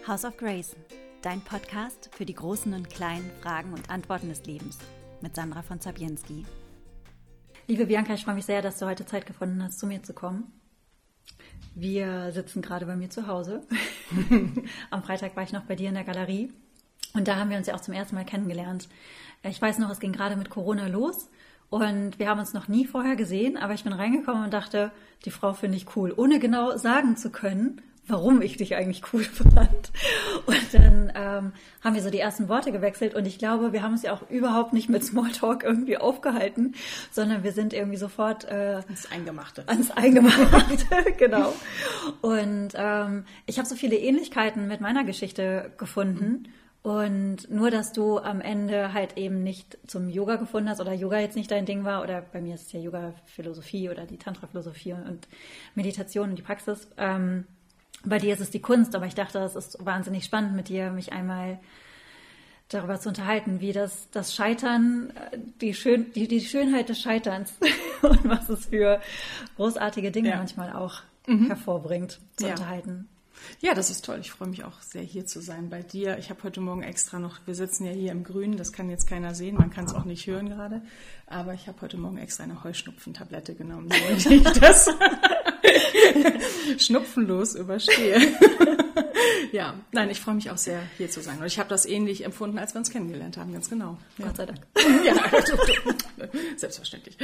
House of Grace, dein Podcast für die großen und kleinen Fragen und Antworten des Lebens mit Sandra von Zabienski. Liebe Bianca, ich freue mich sehr, dass du heute Zeit gefunden hast, zu mir zu kommen. Wir sitzen gerade bei mir zu Hause. Am Freitag war ich noch bei dir in der Galerie und da haben wir uns ja auch zum ersten Mal kennengelernt. Ich weiß noch, es ging gerade mit Corona los und wir haben uns noch nie vorher gesehen, aber ich bin reingekommen und dachte, die Frau finde ich cool, ohne genau sagen zu können, warum ich dich eigentlich cool fand. Und dann haben wir so die ersten Worte gewechselt und ich glaube, wir haben uns ja auch überhaupt nicht mit Smalltalk irgendwie aufgehalten, sondern wir sind irgendwie sofort ans Eingemachte, genau. Und ich habe so viele Ähnlichkeiten mit meiner Geschichte gefunden und nur, dass du am Ende halt eben nicht zum Yoga gefunden hast oder Yoga jetzt nicht dein Ding war oder bei mir ist es ja Yoga-Philosophie oder die Tantra-Philosophie und Meditation und die Praxis. Bei dir ist es die Kunst, aber ich dachte, es ist wahnsinnig spannend mit dir, mich einmal darüber zu unterhalten, wie das Scheitern, die Schönheit des Scheiterns und was es für großartige Dinge manchmal auch hervorbringt, zu unterhalten. Ja, das ist toll. Ich freue mich auch sehr, hier zu sein bei dir. Ich habe heute Morgen extra noch, wir sitzen ja hier im Grünen, das kann jetzt keiner sehen, man kann es auch nicht hören gerade, aber ich habe heute Morgen extra eine Heuschnupfentablette genommen, damit ich das schnupfenlos überstehe. Ja, nein, ich freue mich auch sehr, hier zu sein. Und ich habe das ähnlich empfunden, als wir uns kennengelernt haben, ganz genau. Ja. Gott sei Dank. Ja, selbstverständlich.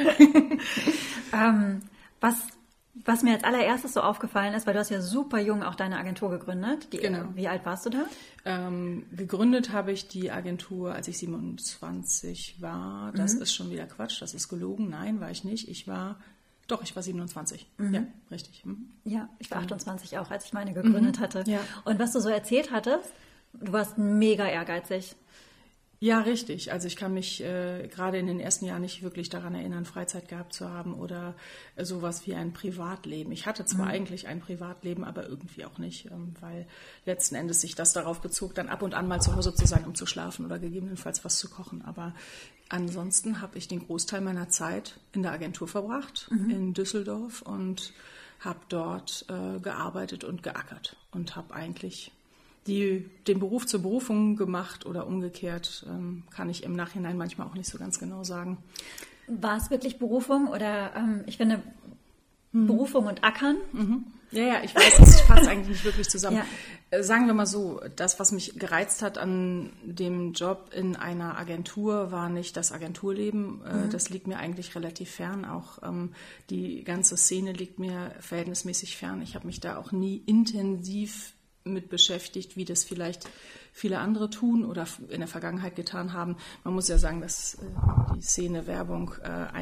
Was mir als allererstes so aufgefallen ist, weil du hast ja super jung auch deine Agentur gegründet. Genau. Wie alt warst du da? Gegründet habe ich die Agentur, als ich 27 war. Das ist schon wieder Quatsch, das ist gelogen. Nein, war ich nicht. Ich war 27. Ja, richtig. Ja, ich war 28 auch, als ich meine gegründet hatte. Ja. Und was du so erzählt hattest, du warst mega ehrgeizig. Ja, richtig. Also ich kann mich gerade in den ersten Jahren nicht wirklich daran erinnern, Freizeit gehabt zu haben oder sowas wie ein Privatleben. Ich hatte zwar eigentlich ein Privatleben, aber irgendwie auch nicht, weil letzten Endes sich das darauf bezog, dann ab und an mal zu Hause zu sein, um zu schlafen oder gegebenenfalls was zu kochen. Aber ansonsten habe ich den Großteil meiner Zeit in der Agentur verbracht, in Düsseldorf, und habe dort gearbeitet und geackert und habe eigentlich den Beruf zur Berufung gemacht oder umgekehrt, kann ich im Nachhinein manchmal auch nicht so ganz genau sagen. War es wirklich Berufung oder ich finde Berufung und Ackern? Ja, ich weiß, das passt eigentlich nicht wirklich zusammen. Ja. Sagen wir mal so, das, was mich gereizt hat an dem Job in einer Agentur, war nicht das Agenturleben. Das liegt mir eigentlich relativ fern. Auch die ganze Szene liegt mir verhältnismäßig fern. Ich habe mich da auch nie intensiv mit beschäftigt, wie das vielleicht viele andere tun oder in der Vergangenheit getan haben. Man muss ja sagen, dass die Szene Werbung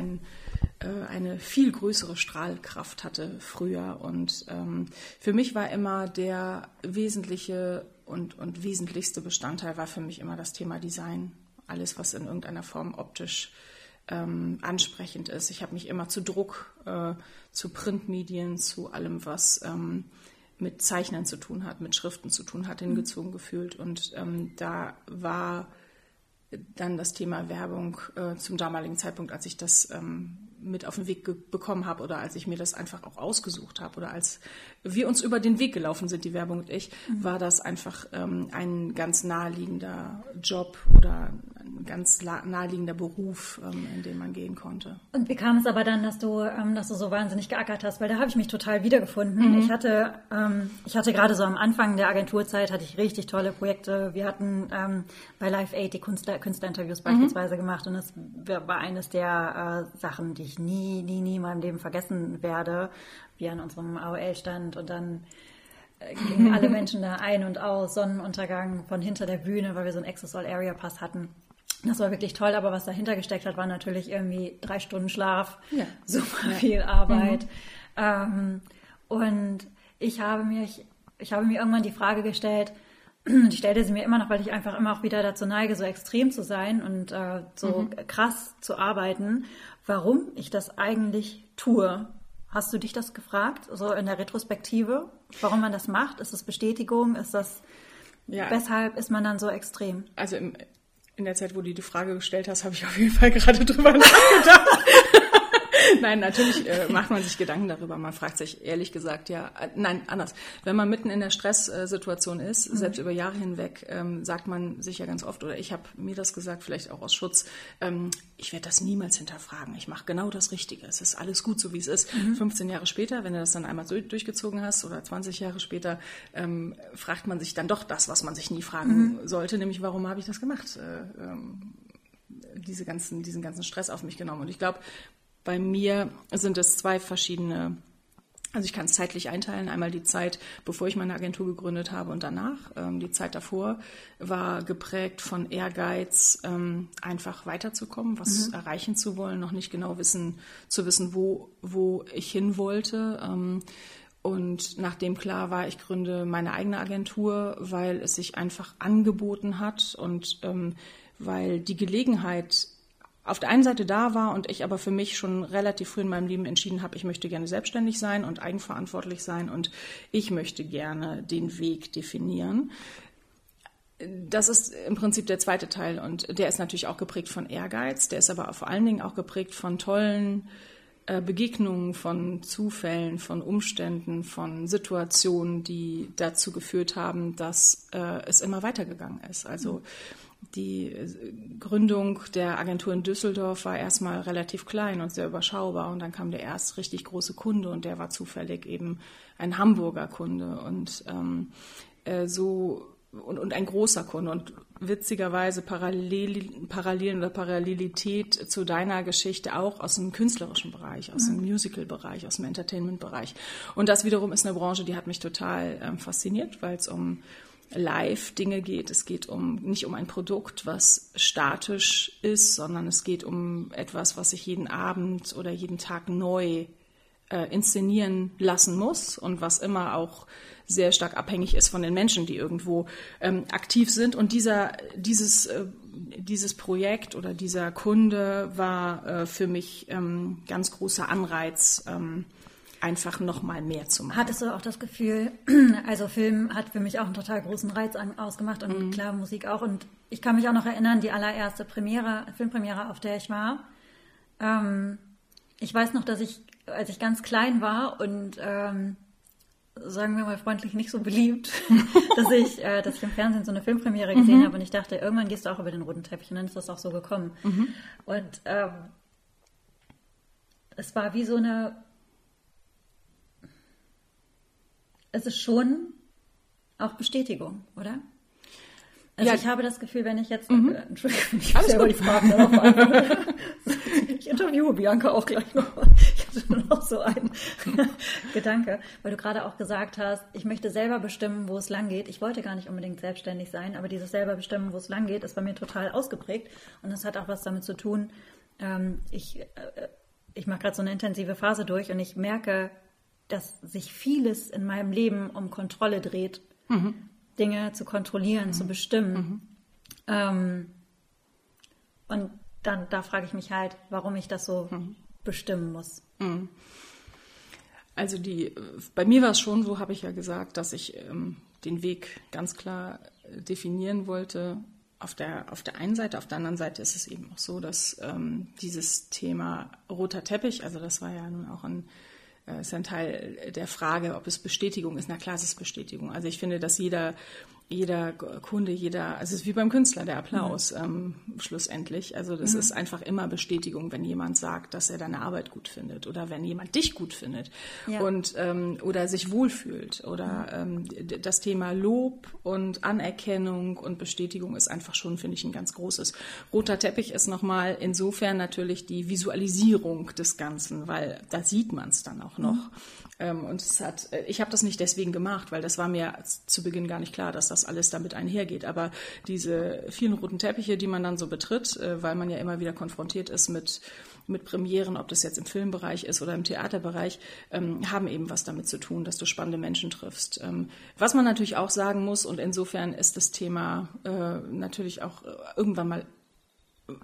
eine viel größere Strahlkraft hatte früher. Und für mich war immer der wesentliche und wesentlichste Bestandteil war für mich immer das Thema Design. Alles, was in irgendeiner Form optisch ansprechend ist. Ich habe mich immer zu Druck, zu Printmedien, zu allem, was mit Zeichnen zu tun hat, mit Schriften zu tun hat, hingezogen gefühlt. Und da war dann das Thema Werbung zum damaligen Zeitpunkt, als ich das mit auf den Weg bekommen habe oder als ich mir das einfach auch ausgesucht habe oder als wir uns über den Weg gelaufen sind, die Werbung und ich, war das einfach ein ganz naheliegender Job oder ein ganz naheliegender Beruf, in den man gehen konnte. Und wie kam es aber dann, dass du so wahnsinnig geackert hast? Weil da habe ich mich total wiedergefunden. Ich hatte gerade so am Anfang der Agenturzeit hatte ich richtig tolle Projekte. Wir hatten bei Live Aid die Künstlerinterviews beispielsweise gemacht und das war eines der Sachen, die ich nie in meinem Leben vergessen werde. Wir an unserem AOL-Stand und dann gingen alle Menschen da ein und aus, Sonnenuntergang von hinter der Bühne, weil wir so einen Access All Area Pass hatten. Das war wirklich toll, aber was dahinter gesteckt hat, war natürlich irgendwie 3 Stunden Schlaf, super viel Arbeit. Und ich habe mir irgendwann die Frage gestellt, und ich stellte sie mir immer noch, weil ich einfach immer auch wieder dazu neige, so extrem zu sein und so krass zu arbeiten, warum ich das eigentlich tue. Hast du dich das gefragt, so in der Retrospektive, warum man das macht? Ist das Bestätigung? Weshalb ist man dann so extrem? Also in der Zeit, wo du die Frage gestellt hast, habe ich auf jeden Fall gerade drüber nachgedacht. Nein, natürlich macht man sich Gedanken darüber. Man fragt sich ehrlich gesagt, anders. Wenn man mitten in der Stresssituation ist, selbst über Jahre hinweg, sagt man sich ja ganz oft, oder ich habe mir das gesagt, vielleicht auch aus Schutz, ich werde das niemals hinterfragen. Ich mache genau das Richtige. Es ist alles gut, so wie es ist. 15 Jahre später, wenn du das dann einmal durchgezogen hast, oder 20 Jahre später, fragt man sich dann doch das, was man sich nie fragen sollte, nämlich warum habe ich das gemacht? Diesen ganzen Stress auf mich genommen. Und ich glaube, bei mir sind es zwei verschiedene, also ich kann es zeitlich einteilen, einmal die Zeit, bevor ich meine Agentur gegründet habe und danach. Die Zeit davor war geprägt von Ehrgeiz, einfach weiterzukommen, was erreichen zu wollen, noch nicht genau zu wissen, wo ich hin wollte. Und nachdem klar war, ich gründe meine eigene Agentur, weil es sich einfach angeboten hat und weil die Gelegenheit auf der einen Seite da war und ich aber für mich schon relativ früh in meinem Leben entschieden habe, ich möchte gerne selbstständig sein und eigenverantwortlich sein und ich möchte gerne den Weg definieren. Das ist im Prinzip der zweite Teil und der ist natürlich auch geprägt von Ehrgeiz, der ist aber vor allen Dingen auch geprägt von tollen Begegnungen, von Zufällen, von Umständen, von Situationen, die dazu geführt haben, dass es immer weitergegangen ist. Also die Gründung der Agentur in Düsseldorf war erstmal relativ klein und sehr überschaubar und dann kam der erst richtig große Kunde und der war zufällig eben ein Hamburger Kunde und und ein großer Kunde und witzigerweise Parallelen oder Parallelität zu deiner Geschichte auch aus dem künstlerischen Bereich, aus dem Musical-Bereich, aus dem Entertainment-Bereich. Und das wiederum ist eine Branche, die hat mich total fasziniert, weil es um Live-Dinge geht. Es geht nicht um ein Produkt, was statisch ist, sondern es geht um etwas, was sich jeden Abend oder jeden Tag neu inszenieren lassen muss und was immer auch sehr stark abhängig ist von den Menschen, die irgendwo aktiv sind. Und dieses Projekt oder dieser Kunde war für mich ganz großer Anreiz, einfach noch mal mehr zu machen. Hattest du auch das Gefühl, also Film hat für mich auch einen total großen Reiz ausgemacht und klar, Musik auch. Und ich kann mich auch noch erinnern, die allererste Filmpremiere, auf der ich war. Ich weiß noch, dass als ich ganz klein war und sagen wir mal freundlich nicht so beliebt, dass ich im Fernsehen so eine Filmpremiere gesehen habe und ich dachte, irgendwann gehst du auch über den roten Teppich und dann ist das auch so gekommen. Und es war wie so eine, es ist schon auch Bestätigung, oder? Also ich habe das Gefühl, wenn ich jetzt, Entschuldigung, ich habe selber die Fragen darauf beantwortet. Ich interviewe Bianca auch gleich noch. Ich hatte noch so einen Gedanke, weil du gerade auch gesagt hast, ich möchte selber bestimmen, wo es lang geht. Ich wollte gar nicht unbedingt selbstständig sein, aber dieses selber bestimmen, wo es lang geht, ist bei mir total ausgeprägt. Und das hat auch was damit zu tun, ich mache gerade so eine intensive Phase durch und ich merke, dass sich vieles in meinem Leben um Kontrolle dreht. Dinge zu kontrollieren, zu bestimmen. Und dann, da frage ich mich halt, warum ich das so bestimmen muss. Also bei mir war es schon so, habe ich ja gesagt, dass ich den Weg ganz klar definieren wollte. Auf der einen Seite, auf der anderen Seite ist es eben auch so, dass dieses Thema roter Teppich, also das war ja nun auch ist ein Teil der Frage, ob es Bestätigung ist. Na klar, es ist Bestätigung. Also ich finde, dass jeder Kunde, also es ist wie beim Künstler, der Applaus schlussendlich. Also das ist einfach immer Bestätigung, wenn jemand sagt, dass er deine Arbeit gut findet oder wenn jemand dich gut findet und oder sich wohlfühlt. Oder das Thema Lob und Anerkennung und Bestätigung ist einfach schon, finde ich, ein ganz großes. Roter Teppich ist nochmal insofern natürlich die Visualisierung des Ganzen, weil da sieht man es dann auch noch. Und ich habe das nicht deswegen gemacht, weil das war mir zu Beginn gar nicht klar, dass das alles damit einhergeht. Aber diese vielen roten Teppiche, die man dann so betritt, weil man ja immer wieder konfrontiert ist mit Premieren, ob das jetzt im Filmbereich ist oder im Theaterbereich, haben eben was damit zu tun, dass du spannende Menschen triffst. Was man natürlich auch sagen muss, und insofern ist das Thema natürlich auch irgendwann mal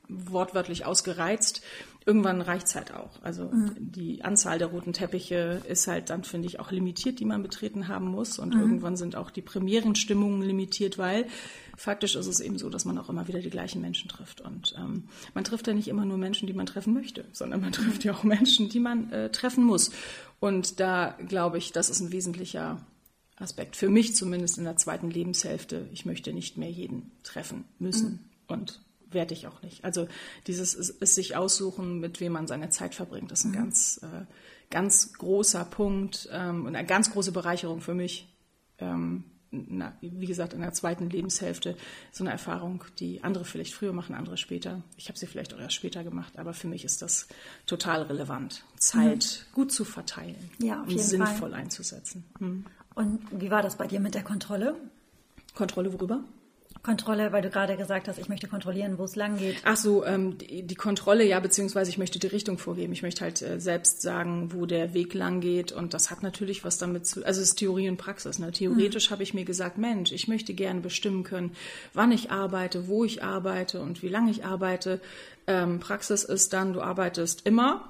wortwörtlich ausgereizt. Irgendwann reicht's halt auch. Also die Anzahl der roten Teppiche ist halt dann, finde ich, auch limitiert, die man betreten haben muss. Und irgendwann sind auch die Premierenstimmungen limitiert, weil faktisch ist es eben so, dass man auch immer wieder die gleichen Menschen trifft. Und man trifft ja nicht immer nur Menschen, die man treffen möchte, sondern man trifft ja auch Menschen, die man treffen muss. Und da glaube ich, das ist ein wesentlicher Aspekt. Für mich zumindest in der zweiten Lebenshälfte. Ich möchte nicht mehr jeden treffen müssen und werde ich auch nicht. Also dieses ist sich aussuchen, mit wem man seine Zeit verbringt, das ist ein ganz großer Punkt und eine ganz große Bereicherung für mich. Wie gesagt, in der zweiten Lebenshälfte so eine Erfahrung, die andere vielleicht früher machen, andere später. Ich habe sie vielleicht auch erst später gemacht, aber für mich ist das total relevant, Zeit gut zu verteilen und sinnvoll einzusetzen. Und wie war das bei dir mit der Kontrolle? Kontrolle worüber? Kontrolle, weil du gerade gesagt hast, ich möchte kontrollieren, wo es lang geht. Ach so, die Kontrolle, ja, beziehungsweise ich möchte die Richtung vorgeben. Ich möchte halt selbst sagen, wo der Weg lang geht. Und das hat natürlich was damit zu, also es ist Theorie und Praxis. Ne? Theoretisch habe ich mir gesagt, Mensch, ich möchte gerne bestimmen können, wann ich arbeite, wo ich arbeite und wie lange ich arbeite. Praxis ist dann, du arbeitest immer.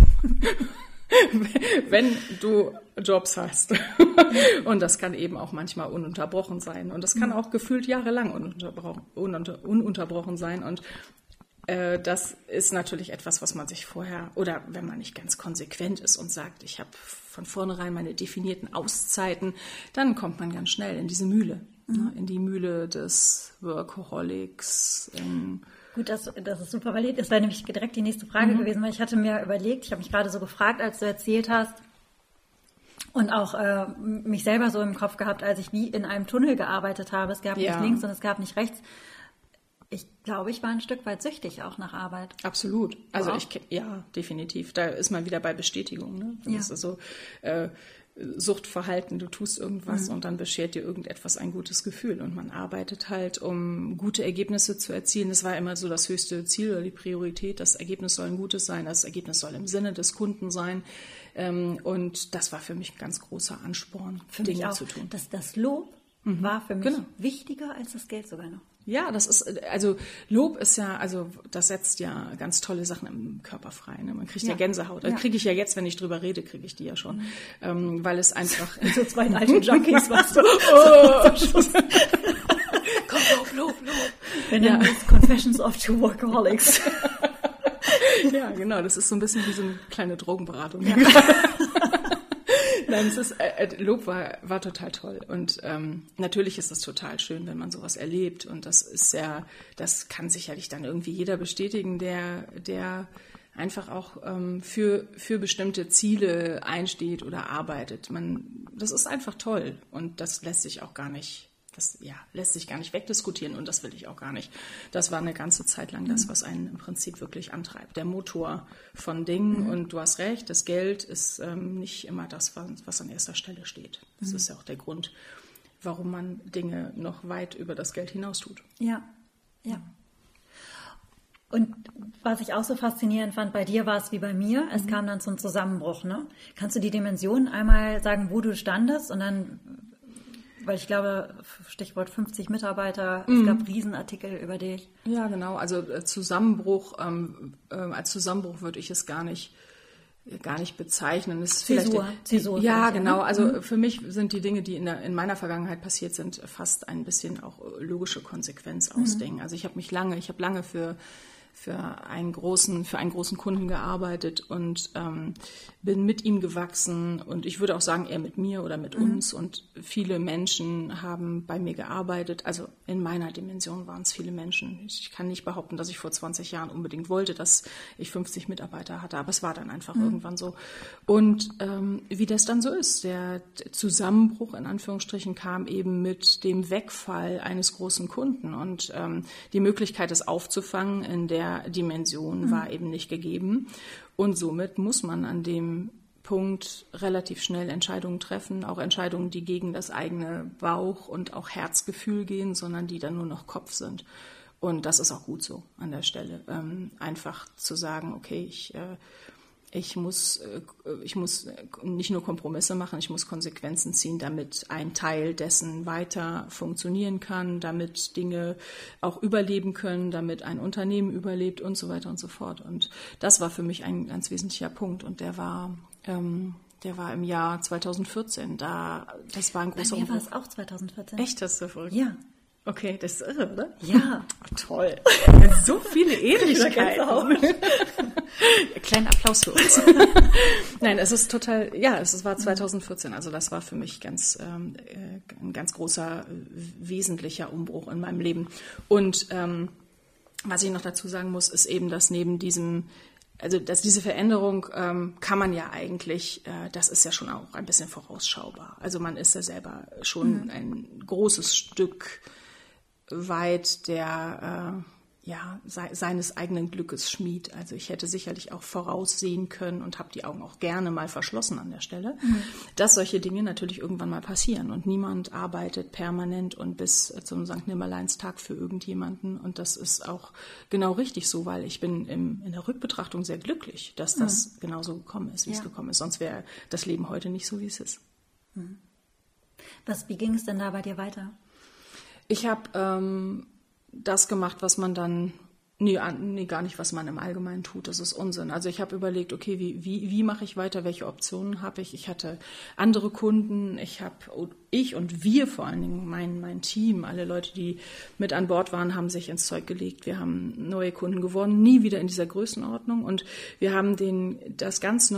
Wenn du Jobs hast. Und das kann eben auch manchmal ununterbrochen sein. Und das kann auch gefühlt jahrelang ununterbrochen sein. Und das ist natürlich etwas, was man sich vorher, oder wenn man nicht ganz konsequent ist und sagt, ich habe von vornherein meine definierten Auszeiten, dann kommt man ganz schnell in diese Mühle. Ne? In die Mühle des Workaholics, Gut, das ist super valid. Das wäre nämlich direkt die nächste Frage gewesen, weil ich hatte mir überlegt, ich habe mich gerade so gefragt, als du erzählt hast und auch mich selber so im Kopf gehabt, als ich wie in einem Tunnel gearbeitet habe. Es gab nicht links und es gab nicht rechts. Ich glaube, ich war ein Stück weit süchtig auch nach Arbeit. Absolut. Also ja, definitiv. Da ist man wieder bei Bestätigung. Ne? Das ist so Suchtverhalten, du tust irgendwas und dann beschert dir irgendetwas ein gutes Gefühl. Und man arbeitet halt, um gute Ergebnisse zu erzielen. Das war immer so das höchste Ziel oder die Priorität. Das Ergebnis soll ein gutes sein, das Ergebnis soll im Sinne des Kunden sein. Und das war für mich ein ganz großer Ansporn, Dinge zu tun. Das Lob war für mich wichtiger als das Geld sogar noch. Ja, das ist, also Lob ist ja, also das setzt ja ganz tolle Sachen im Körper frei. Ne? Man kriegt ja Gänsehaut. Das kriege ich ja jetzt, wenn ich drüber rede, kriege ich die ja schon. Weil es einfach... So zwei alte Junkies, was du... Komm, Lob. Wir nennen es Confessions of Two Workaholics. Ja, genau. Das ist so ein bisschen wie so eine kleine Drogenberatung. Ja. Nein, es ist, Lob war total toll und natürlich ist es total schön, wenn man sowas erlebt und das kann sicherlich dann irgendwie jeder bestätigen, der einfach auch für bestimmte Ziele einsteht oder arbeitet. Das ist einfach toll und das lässt sich auch gar nicht wegdiskutieren und das will ich auch gar nicht. Das war eine ganze Zeit lang das, was einen im Prinzip wirklich antreibt. Der Motor von Dingen und du hast recht, das Geld ist nicht immer das, was an erster Stelle steht. Das ist ja auch der Grund, warum man Dinge noch weit über das Geld hinaus tut. Ja. Und was ich auch so faszinierend fand, bei dir war es wie bei mir, es kam dann zum Zusammenbruch. Ne? Kannst du die Dimensionen einmal sagen, wo du standest und dann... Weil ich glaube, Stichwort 50 Mitarbeiter, es gab Riesenartikel über dich. Ja, genau. Also Zusammenbruch, als Zusammenbruch würde ich es gar nicht bezeichnen. Zäsur. Ja, genau. Also für mich sind die Dinge, die in meiner Vergangenheit passiert sind, fast ein bisschen auch logische Konsequenz aus Dingen. Also ich habe lange für einen großen Kunden gearbeitet und bin mit ihm gewachsen und ich würde auch sagen, er mit mir oder mit uns und viele Menschen haben bei mir gearbeitet, also in meiner Dimension waren es viele Menschen. Ich kann nicht behaupten, dass ich vor 20 Jahren unbedingt wollte, dass ich 50 Mitarbeiter hatte, aber es war dann einfach irgendwann so. Und wie das dann so ist, der Zusammenbruch in Anführungsstrichen kam eben mit dem Wegfall eines großen Kunden und die Möglichkeit, es aufzufangen in der Dimension war eben nicht gegeben. Und somit muss man an dem Punkt relativ schnell Entscheidungen treffen, auch Entscheidungen, die gegen das eigene Bauch- und auch Herzgefühl gehen, sondern die dann nur noch Kopf sind. Und das ist auch gut so an der Stelle. Einfach zu sagen, okay, Ich muss nicht nur Kompromisse machen, ich muss Konsequenzen ziehen, damit ein Teil dessen weiter funktionieren kann, damit Dinge auch überleben können, damit ein Unternehmen überlebt und so weiter und so fort. Und das war für mich ein ganz wesentlicher Punkt. Und der war im Jahr 2014. Das war ein großer Umbruch. Bei mir war es auch 2014. Echt, das ist so verrückt? Ja. Okay, das ist irre, oder? Ja. Oh, toll. So viele Ähnlichkeiten. Kleinen Applaus für uns. Nein, es ist total, es war 2014. Also das war für mich ein ganz großer, wesentlicher Umbruch in meinem Leben. Und was ich noch dazu sagen muss, ist eben, dass dass diese Veränderung kann man ja eigentlich, das ist ja schon auch ein bisschen vorausschaubar. Also man ist ja selber schon ein großes Stück weit seines eigenen Glückes Schmied. Also ich hätte sicherlich auch voraussehen können und habe die Augen auch gerne mal verschlossen an der Stelle, dass solche Dinge natürlich irgendwann mal passieren. Und niemand arbeitet permanent und bis zum St. Nimmerleinstag für irgendjemanden. Und das ist auch genau richtig so, weil ich bin in der Rückbetrachtung sehr glücklich, dass das genauso gekommen ist, wie es gekommen ist. Sonst wäre das Leben heute nicht so, wie es ist. Wie ging es denn da bei dir weiter? Ich habe das gemacht, was man dann, gar nicht, was man im Allgemeinen tut, das ist Unsinn. Also ich habe überlegt, okay, wie mache ich weiter, welche Optionen habe ich? Ich hatte andere Kunden, ich und wir vor allen Dingen, mein Team, alle Leute, die mit an Bord waren, haben sich ins Zeug gelegt. Wir haben neue Kunden gewonnen, nie wieder in dieser Größenordnung, und wir haben den ganz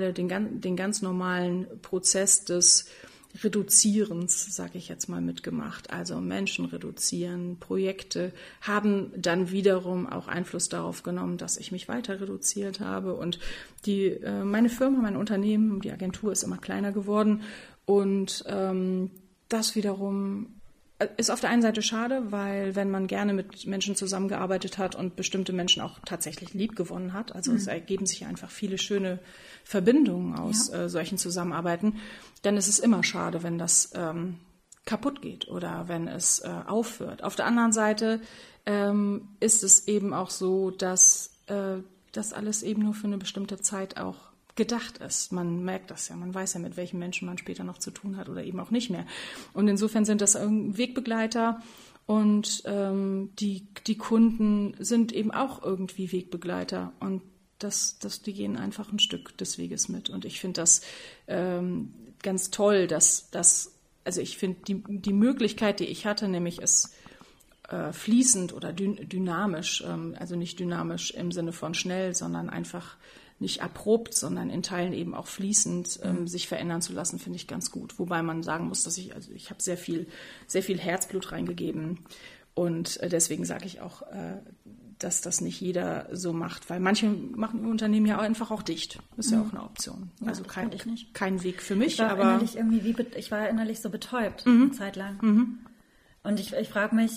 normalen Prozess des Reduzierens, sage ich jetzt mal, mitgemacht. Also Menschen reduzieren, Projekte haben dann wiederum auch Einfluss darauf genommen, dass ich mich weiter reduziert habe. Und meine Firma, mein Unternehmen, die Agentur ist immer kleiner geworden. Und das wiederum ist auf der einen Seite schade, weil wenn man gerne mit Menschen zusammengearbeitet hat und bestimmte Menschen auch tatsächlich lieb gewonnen hat, also es ergeben sich einfach viele schöne Verbindungen aus solchen Zusammenarbeiten, dann ist es immer schade, wenn das kaputt geht oder wenn es aufhört. Auf der anderen Seite ist es eben auch so, dass das alles eben nur für eine bestimmte Zeit auch gedacht ist. Man merkt das ja, man weiß ja, mit welchen Menschen man später noch zu tun hat oder eben auch nicht mehr. Und insofern sind das Wegbegleiter, und die Kunden sind eben auch irgendwie Wegbegleiter, und die gehen einfach ein Stück des Weges mit. Und ich finde das ganz toll, also ich finde die Möglichkeit, die ich hatte, nämlich es fließend oder dynamisch, also nicht dynamisch im Sinne von schnell, sondern einfach nicht abrupt, sondern in Teilen eben auch fließend sich verändern zu lassen, finde ich ganz gut. Wobei man sagen muss, dass ich habe sehr viel Herzblut reingegeben, und deswegen sage ich auch, dass das nicht jeder so macht, weil manche machen Unternehmen ja einfach auch dicht. Das ist ja auch eine Option. Ja, also nicht. Kein Weg für mich. Ich war innerlich so betäubt eine Zeit lang. Und ich frage mich,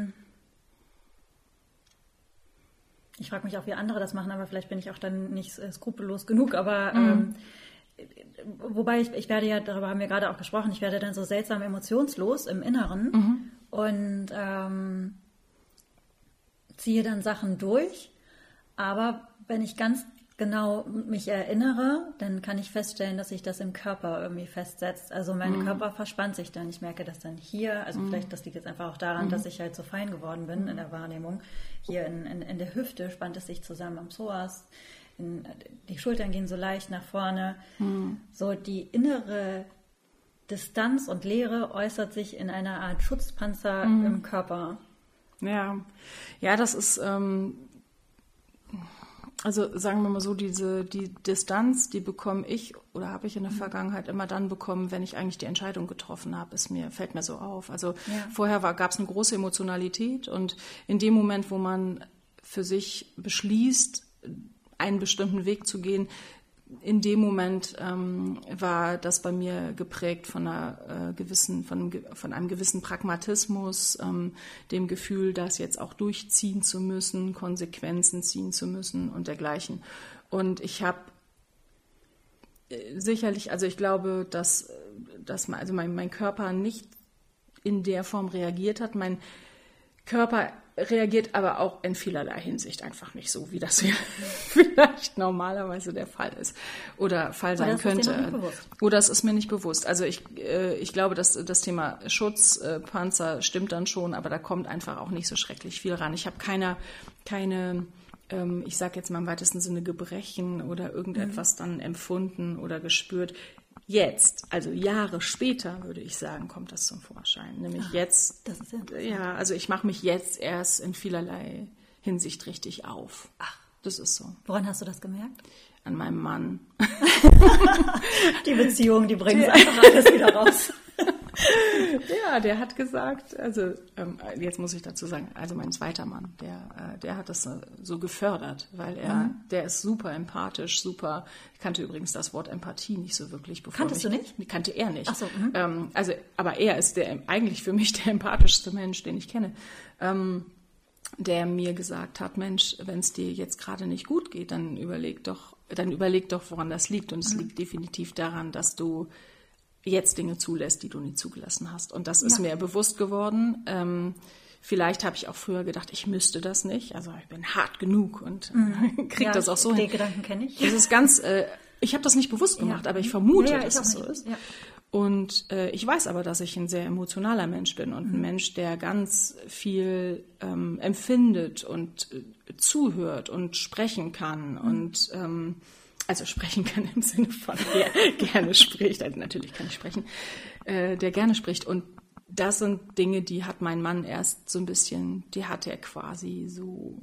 auch, wie andere das machen, aber vielleicht bin ich auch dann nicht skrupellos genug. Aber wobei ich werde ja, darüber haben wir gerade auch gesprochen, ich werde dann so seltsam emotionslos im Inneren und ziehe dann Sachen durch. Aber wenn ich ganz genau mich erinnere, dann kann ich feststellen, dass sich das im Körper irgendwie festsetzt. Also mein Körper verspannt sich dann. Ich merke das dann hier. Also vielleicht, das liegt jetzt einfach auch daran, dass ich halt so fein geworden bin in der Wahrnehmung. Hier in der Hüfte spannt es sich zusammen am Psoas. Die Schultern gehen so leicht nach vorne. So die innere Distanz und Leere äußert sich in einer Art Schutzpanzer im Körper. Ja, das ist... Also sagen wir mal so, die Distanz, die bekomme ich oder habe ich in der Vergangenheit immer dann bekommen, wenn ich eigentlich die Entscheidung getroffen habe. Fällt mir so auf. Also vorher gab es eine große Emotionalität, und in dem Moment, wo man für sich beschließt, einen bestimmten Weg zu gehen, in dem Moment war das bei mir geprägt von einem gewissen Pragmatismus, dem Gefühl, das jetzt auch durchziehen zu müssen, Konsequenzen ziehen zu müssen und dergleichen. Und ich habe sicherlich, also ich glaube, dass mein Körper nicht in der Form reagiert hat. Mein Körper reagiert aber auch in vielerlei Hinsicht einfach nicht so, wie das vielleicht normalerweise der Fall ist oder Fall sein könnte. Oder es ist mir nicht bewusst. Also ich glaube, dass das Thema Schutz, Panzer stimmt dann schon, aber da kommt einfach auch nicht so schrecklich viel ran. Ich habe keine ich sage jetzt mal im weitesten Sinne Gebrechen oder irgendetwas dann empfunden oder gespürt. Jetzt, also Jahre später, würde ich sagen, kommt das zum Vorschein. Nämlich jetzt, das ist ja, also ich mache mich jetzt erst in vielerlei Hinsicht richtig auf. Ach, das ist so. Woran hast du das gemerkt? An meinem Mann. Die Beziehung, die bringt einfach alles wieder raus. Ja, der hat gesagt, also jetzt muss ich dazu sagen, also mein zweiter Mann, der hat das so gefördert, weil der ist super empathisch, super, ich kannte übrigens das Wort Empathie nicht so wirklich. Kanntest du nicht? Kannte er nicht. Ach so. Aber er ist eigentlich für mich der empathischste Mensch, den ich kenne, der mir gesagt hat, Mensch, wenn es dir jetzt gerade nicht gut geht, dann überleg doch, woran das liegt. Und es liegt definitiv daran, dass du jetzt Dinge zulässt, die du nie zugelassen hast. Und das ist mir bewusst geworden. Vielleicht habe ich auch früher gedacht, ich müsste das nicht. Also ich bin hart genug und kriege das auch so hin. Den Gedanken kenne ich. Das ist ganz, ich habe das nicht bewusst gemacht, aber ich vermute, dass es so ist. Ja. Und ich weiß aber, dass ich ein sehr emotionaler Mensch bin und ein Mensch, der ganz viel empfindet und zuhört und sprechen kann und also sprechen kann im Sinne von gerne spricht, also natürlich kann ich sprechen, der gerne spricht. Und das sind Dinge, die hat mein Mann erst so ein bisschen, die hat er quasi so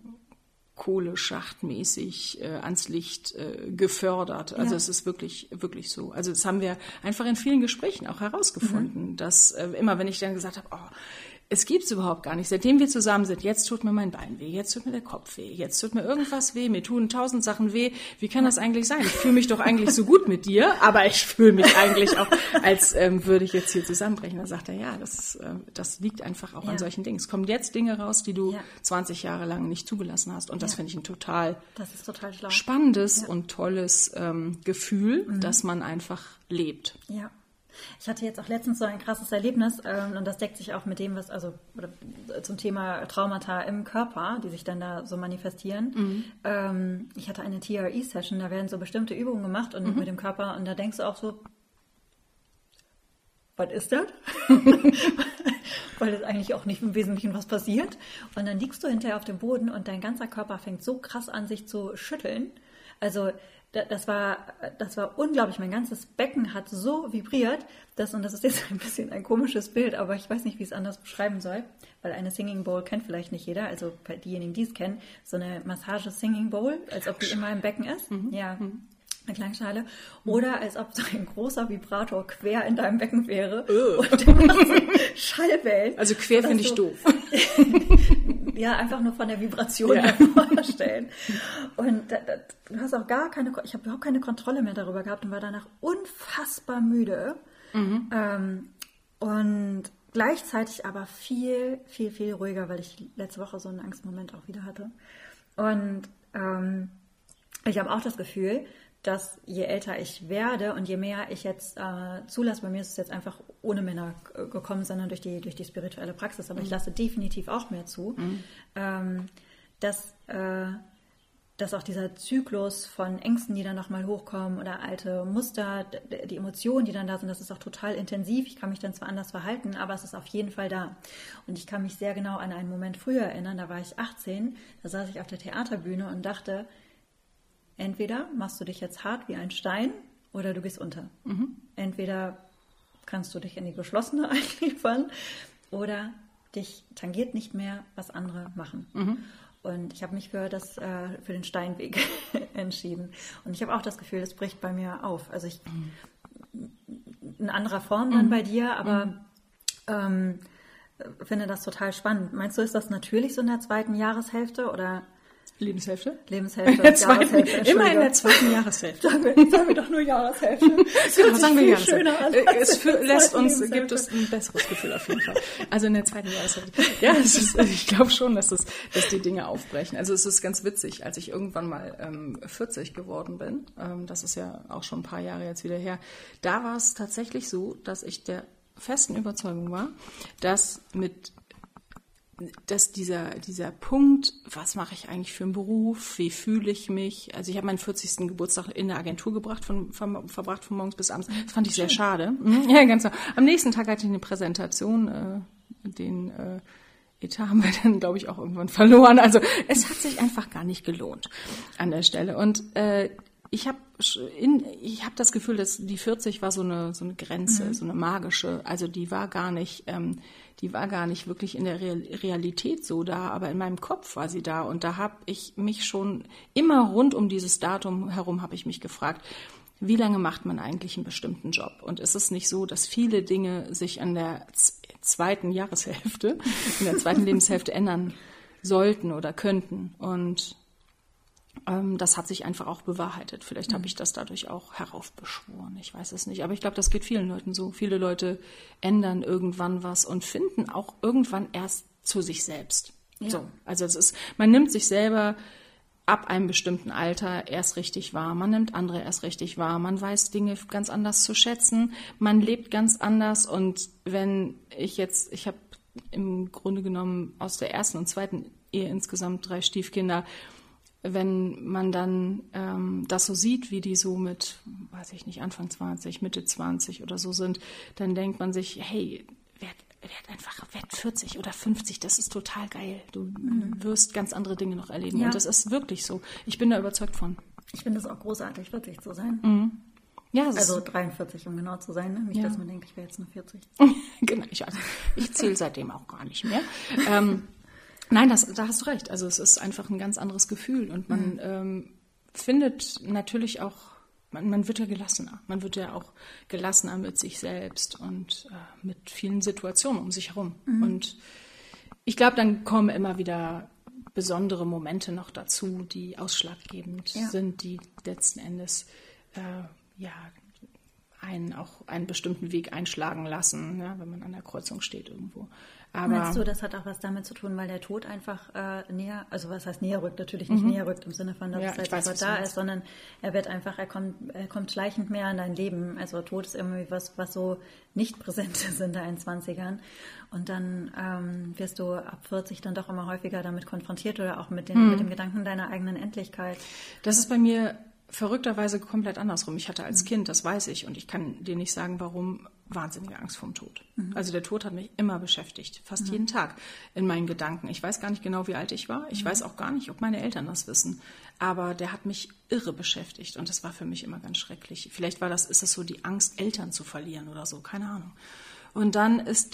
kohleschachtmäßig ans Licht gefördert. Also es ist wirklich, wirklich so. Also das haben wir einfach in vielen Gesprächen auch herausgefunden, dass immer, wenn ich dann gesagt habe, oh, es gibt's überhaupt gar nicht. Seitdem wir zusammen sind, jetzt tut mir mein Bein weh, jetzt tut mir der Kopf weh, jetzt tut mir irgendwas weh, mir tun 1000 Sachen weh. Wie kann das eigentlich sein? Ich fühle mich doch eigentlich so gut mit dir, aber ich fühle mich eigentlich auch, als würde ich jetzt hier zusammenbrechen. Da sagt er, ja, das liegt einfach auch an solchen Dingen. Es kommen jetzt Dinge raus, die du 20 Jahre lang nicht zugelassen hast. Und das finde ich ein total spannendes und tolles Gefühl, dass man einfach lebt. Ja. Ich hatte jetzt auch letztens so ein krasses Erlebnis und das deckt sich auch mit dem, zum Thema Traumata im Körper, die sich dann da so manifestieren. Ich hatte eine TRE-Session, da werden so bestimmte Übungen gemacht und mit dem Körper und da denkst du auch so, was ist das? Weil es eigentlich auch nicht im Wesentlichen was passiert. Und dann liegst du hinterher auf dem Boden und dein ganzer Körper fängt so krass an, sich zu schütteln. Also das war unglaublich. Mein ganzes Becken hat so vibriert, und das ist jetzt ein bisschen ein komisches Bild, aber ich weiß nicht, wie ich es anders beschreiben soll, weil eine Singing Bowl kennt vielleicht nicht jeder, also diejenigen, die es kennen, so eine Massage-Singing Bowl, als ob die immer im Becken ist. Ja. Eine Klangschale. Oder als ob so ein großer Vibrator quer in deinem Becken wäre. Und du machst so Schallwellen. Also quer finde ich doof. Ja, einfach nur von der Vibration vorstellen. Und du hast auch ich habe überhaupt keine Kontrolle mehr darüber gehabt und war danach unfassbar müde. Und gleichzeitig aber viel, viel, viel ruhiger, weil ich letzte Woche so einen Angstmoment auch wieder hatte. Und ich habe auch das Gefühl, dass je älter ich werde und je mehr ich jetzt zulasse, bei mir ist es jetzt einfach ohne Männer gekommen, sondern durch die spirituelle Praxis, aber ich lasse definitiv auch mehr zu, dass auch dieser Zyklus von Ängsten, die dann nochmal hochkommen oder alte Muster, die Emotionen, die dann da sind, das ist auch total intensiv. Ich kann mich dann zwar anders verhalten, aber es ist auf jeden Fall da. Und ich kann mich sehr genau an einen Moment früher erinnern, da war ich 18, da saß ich auf der Theaterbühne und dachte, entweder machst du dich jetzt hart wie ein Stein oder du gehst unter. Entweder kannst du dich in die Geschlossene einliefern oder dich tangiert nicht mehr, was andere machen. Und ich habe mich für den Steinweg entschieden. Und ich habe auch das Gefühl, das bricht bei mir auf. Also in anderer Form dann bei dir, aber finde das total spannend. Meinst du, ist das natürlich so in der zweiten Jahreshälfte oder... Lebenshälfte? Jahreshälfte. Immer in der zweiten Jahreshälfte. Sagen wir doch nur Jahreshälfte. Sagen wir Jahreshälfte. Gibt es ein besseres Gefühl auf jeden Fall. Also in der zweiten Jahreshälfte. Ja, ich glaube schon, dass die Dinge aufbrechen. Also es ist ganz witzig, als ich irgendwann mal 40 geworden bin, das ist ja auch schon ein paar Jahre jetzt wieder her, da war es tatsächlich so, dass ich der festen Überzeugung war, dass mit dass dieser Punkt, was mache ich eigentlich für einen Beruf, wie fühle ich mich, also ich habe meinen 40. Geburtstag in der Agentur verbracht von morgens bis abends, das fand ich sehr schade. Ja, ganz so. Am nächsten Tag hatte ich eine Präsentation, den Etat haben wir dann, glaube ich, auch irgendwann verloren, also es hat sich einfach gar nicht gelohnt an der Stelle und ich habe das Gefühl, dass die 40 war so eine Grenze, so eine magische, also die war gar nicht wirklich in der Realität so da, aber in meinem Kopf war sie da und da habe ich mich schon immer rund um dieses Datum herum habe ich mich gefragt, wie lange macht man eigentlich einen bestimmten Job? Und ist es nicht so, dass viele Dinge sich an der zweiten Jahreshälfte, in der zweiten Lebenshälfte ändern sollten oder könnten? Und das hat sich einfach auch bewahrheitet. Vielleicht habe ich das dadurch auch heraufbeschworen. Ich weiß es nicht. Aber ich glaube, das geht vielen Leuten so. Viele Leute ändern irgendwann was und finden auch irgendwann erst zu sich selbst. Ja. So. Also man nimmt sich selber ab einem bestimmten Alter erst richtig wahr. Man nimmt andere erst richtig wahr. Man weiß Dinge ganz anders zu schätzen. Man lebt ganz anders. Und wenn ich habe im Grunde genommen aus der ersten und zweiten Ehe insgesamt 3 Stiefkinder. Wenn man dann das so sieht, wie die so mit, weiß ich nicht, Anfang 20, Mitte 20 oder so sind, dann denkt man sich, hey, werd 40 oder 50, das ist total geil. Du wirst ganz andere Dinge noch erleben. Ja. Und das ist wirklich so. Ich bin da überzeugt von. Ich finde es auch großartig, 40 zu sein. Mhm. Ja, also 43, um genau zu sein. Ne? Nicht, dass man denkt, ich wäre jetzt nur 40. Genau, ich zähle seitdem auch gar nicht mehr. Nein, da hast du recht. Also es ist einfach ein ganz anderes Gefühl und man findet natürlich auch, man wird ja gelassener. Man wird ja auch gelassener mit sich selbst und mit vielen Situationen um sich herum. Und ich glaube, dann kommen immer wieder besondere Momente noch dazu, die ausschlaggebend sind, die letzten Endes einen bestimmten Weg einschlagen lassen, ja, wenn man an der Kreuzung steht irgendwo. Aber meinst du, das hat auch was damit zu tun, weil der Tod einfach näher, also was heißt näher rückt, natürlich nicht näher rückt im Sinne von, dass es halt sofort da ist, sondern er kommt schleichend mehr in dein Leben. Also Tod ist irgendwie was so nicht präsent ist in deinen 20ern. Und dann wirst du ab 40 dann doch immer häufiger damit konfrontiert oder auch mit dem Gedanken deiner eigenen Endlichkeit. Das ist bei mir verrückterweise komplett andersrum. Ich hatte als Kind, das weiß ich, und ich kann dir nicht sagen, warum, wahnsinnige Angst vorm Tod. Also der Tod hat mich immer beschäftigt, fast jeden Tag in meinen Gedanken. Ich weiß gar nicht genau, wie alt ich war. Ich weiß auch gar nicht, ob meine Eltern das wissen. Aber der hat mich irre beschäftigt und das war für mich immer ganz schrecklich. Vielleicht ist das so die Angst, Eltern zu verlieren oder so, keine Ahnung. Und dann ist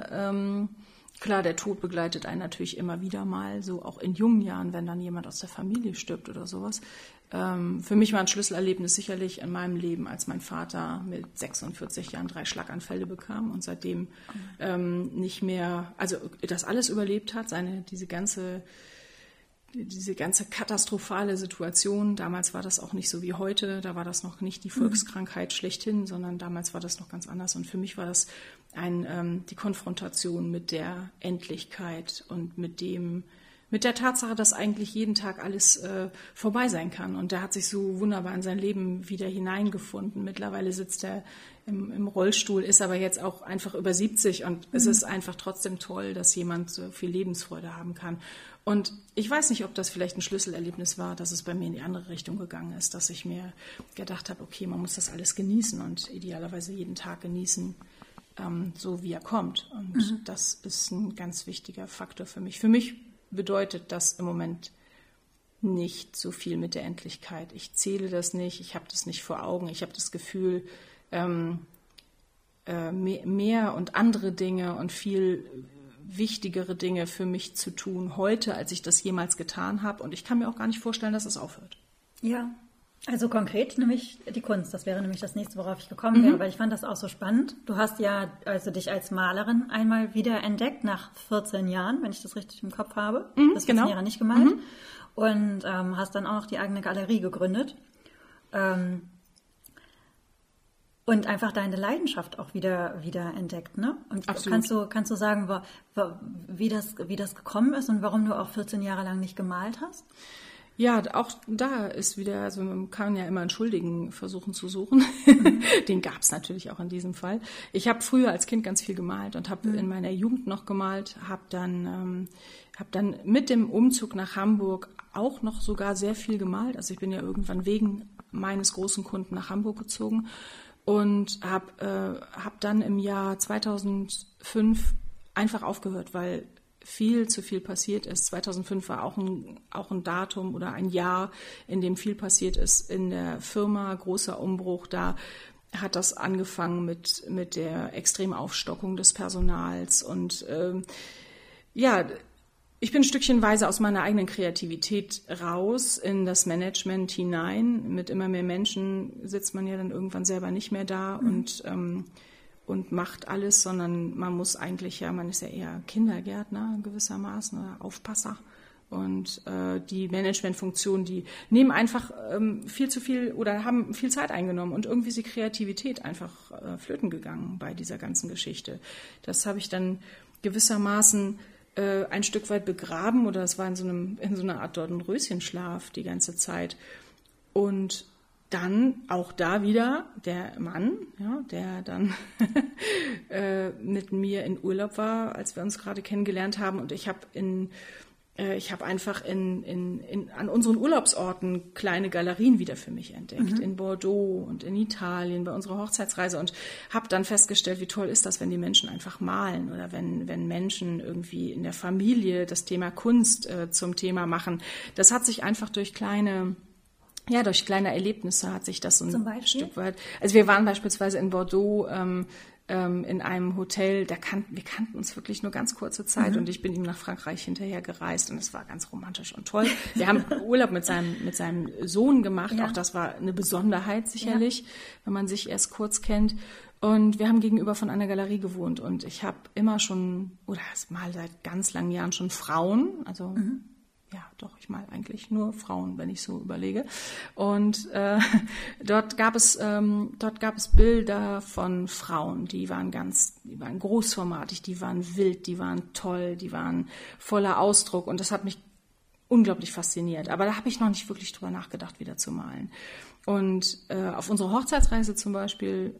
klar, der Tod begleitet einen natürlich immer wieder mal, so auch in jungen Jahren, wenn dann jemand aus der Familie stirbt oder sowas. Für mich war ein Schlüsselerlebnis sicherlich in meinem Leben, als mein Vater mit 46 Jahren 3 Schlaganfälle bekam und seitdem nicht mehr, also das alles überlebt hat, diese ganze katastrophale Situation. Damals war das auch nicht so wie heute, da war das noch nicht die Volkskrankheit schlechthin, sondern damals war das noch ganz anders. Und für mich war das die Konfrontation mit der Endlichkeit und mit der Tatsache, dass eigentlich jeden Tag alles vorbei sein kann. Und der hat sich so wunderbar in sein Leben wieder hineingefunden. Mittlerweile sitzt er im Rollstuhl, ist aber jetzt auch einfach über 70 und es ist einfach trotzdem toll, dass jemand so viel Lebensfreude haben kann. Und ich weiß nicht, ob das vielleicht ein Schlüsselerlebnis war, dass es bei mir in die andere Richtung gegangen ist, dass ich mir gedacht habe, okay, man muss das alles genießen und idealerweise jeden Tag genießen, so wie er kommt. Und das ist ein ganz wichtiger Faktor für mich. Für mich bedeutet das im Moment nicht so viel mit der Endlichkeit. Ich zähle das nicht, ich habe das nicht vor Augen. Ich habe das Gefühl, mehr und andere Dinge und viel wichtigere Dinge für mich zu tun heute, als ich das jemals getan habe. Und ich kann mir auch gar nicht vorstellen, dass es aufhört. Ja, also konkret nämlich die Kunst. Das wäre nämlich das nächste, worauf ich gekommen wäre, weil ich fand das auch so spannend. Du hast ja also dich als Malerin einmal wieder entdeckt, nach 14 Jahren, wenn ich das richtig im Kopf habe. Das 14 Jahre nicht gemalt. Und hast dann auch noch die eigene Galerie gegründet. Und einfach deine Leidenschaft auch wieder entdeckt, ne? Und absolut. Kannst du sagen, wie das gekommen ist und warum du auch 14 Jahre lang nicht gemalt hast? Ja, auch da ist wieder, also man kann ja immer einen Schuldigen versuchen zu suchen. Den gab es natürlich auch in diesem Fall. Ich habe früher als Kind ganz viel gemalt und habe in meiner Jugend noch gemalt, habe dann mit dem Umzug nach Hamburg auch noch sogar sehr viel gemalt. Also ich bin ja irgendwann wegen meines großen Kunden nach Hamburg gezogen und habe dann im Jahr 2005 einfach aufgehört, weil viel zu viel passiert ist. 2005 war auch ein Datum oder ein Jahr, in dem viel passiert ist in der Firma, großer Umbruch. Da hat das angefangen mit der extremen Aufstockung des Personals und ich bin stückchenweise aus meiner eigenen Kreativität raus in das Management hinein. Mit immer mehr Menschen sitzt man ja dann irgendwann selber nicht mehr da und macht alles, sondern man ist ja eher Kindergärtner gewissermaßen oder Aufpasser. Und die Managementfunktionen, die nehmen einfach viel zu viel oder haben viel Zeit eingenommen und irgendwie ist die Kreativität einfach flöten gegangen bei dieser ganzen Geschichte. Das habe ich dann gewissermaßen ein Stück weit begraben oder es war in so einer Art Dornröschenschlaf die ganze Zeit. Und dann auch da wieder der Mann, ja, der dann mit mir in Urlaub war, als wir uns gerade kennengelernt haben. Und ich habe einfach an unseren Urlaubsorten kleine Galerien wieder für mich entdeckt, in Bordeaux und in Italien bei unserer Hochzeitsreise und habe dann festgestellt, wie toll ist das, wenn die Menschen einfach malen oder wenn Menschen irgendwie in der Familie das Thema Kunst zum Thema machen. Das hat sich einfach durch kleine Erlebnisse hat sich das so ein Stück weit. Also wir waren beispielsweise in Bordeaux in einem Hotel, wir kannten uns wirklich nur ganz kurze Zeit und ich bin ihm nach Frankreich hinterher gereist und es war ganz romantisch und toll. Wir haben Urlaub mit seinem Sohn gemacht, auch das war eine Besonderheit sicherlich, wenn man sich erst kurz kennt. Und wir haben gegenüber von einer Galerie gewohnt und ich habe immer schon, oder mal seit ganz langen Jahren schon Frauen, also ja, doch, ich mal eigentlich nur Frauen, wenn ich so überlege. Und dort gab es Bilder von Frauen, die waren großformatig, die waren wild, die waren toll, die waren voller Ausdruck und das hat mich unglaublich fasziniert. Aber da habe ich noch nicht wirklich drüber nachgedacht, wieder zu malen. Und auf unserer Hochzeitsreise zum Beispiel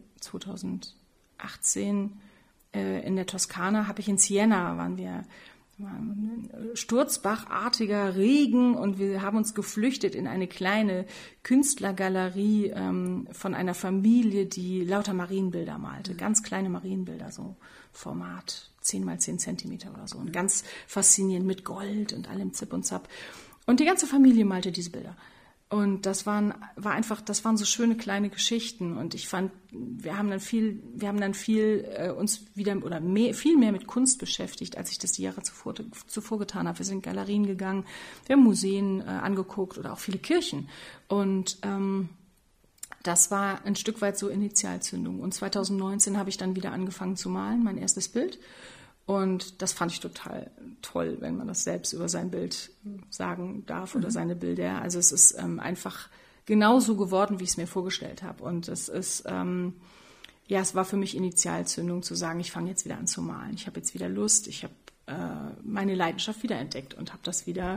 2018 in der Toskana in Siena waren wir, sturzbachartiger Regen und wir haben uns geflüchtet in eine kleine Künstlergalerie von einer Familie, die lauter Marienbilder malte, ganz kleine Marienbilder, so Format 10 mal 10 Zentimeter oder so und ganz faszinierend mit Gold und allem Zip und Zap. Und die ganze Familie malte diese Bilder. Und das waren so schöne kleine Geschichten und ich fand, wir haben dann viel uns wieder oder viel mehr mit Kunst beschäftigt, als ich das die Jahre zuvor getan habe. Wir sind in Galerien gegangen, wir haben Museen angeguckt oder auch viele Kirchen und das war ein Stück weit so Initialzündung. Und 2019 habe ich dann wieder angefangen zu malen, mein erstes Bild. Und das fand ich total toll, wenn man das selbst über sein Bild sagen darf oder seine Bilder. Also es ist einfach genauso geworden, wie ich es mir vorgestellt habe. Und es ist, es war für mich Initialzündung zu sagen, ich fange jetzt wieder an zu malen. Ich habe jetzt wieder Lust, ich habe meine Leidenschaft wiederentdeckt und habe das wieder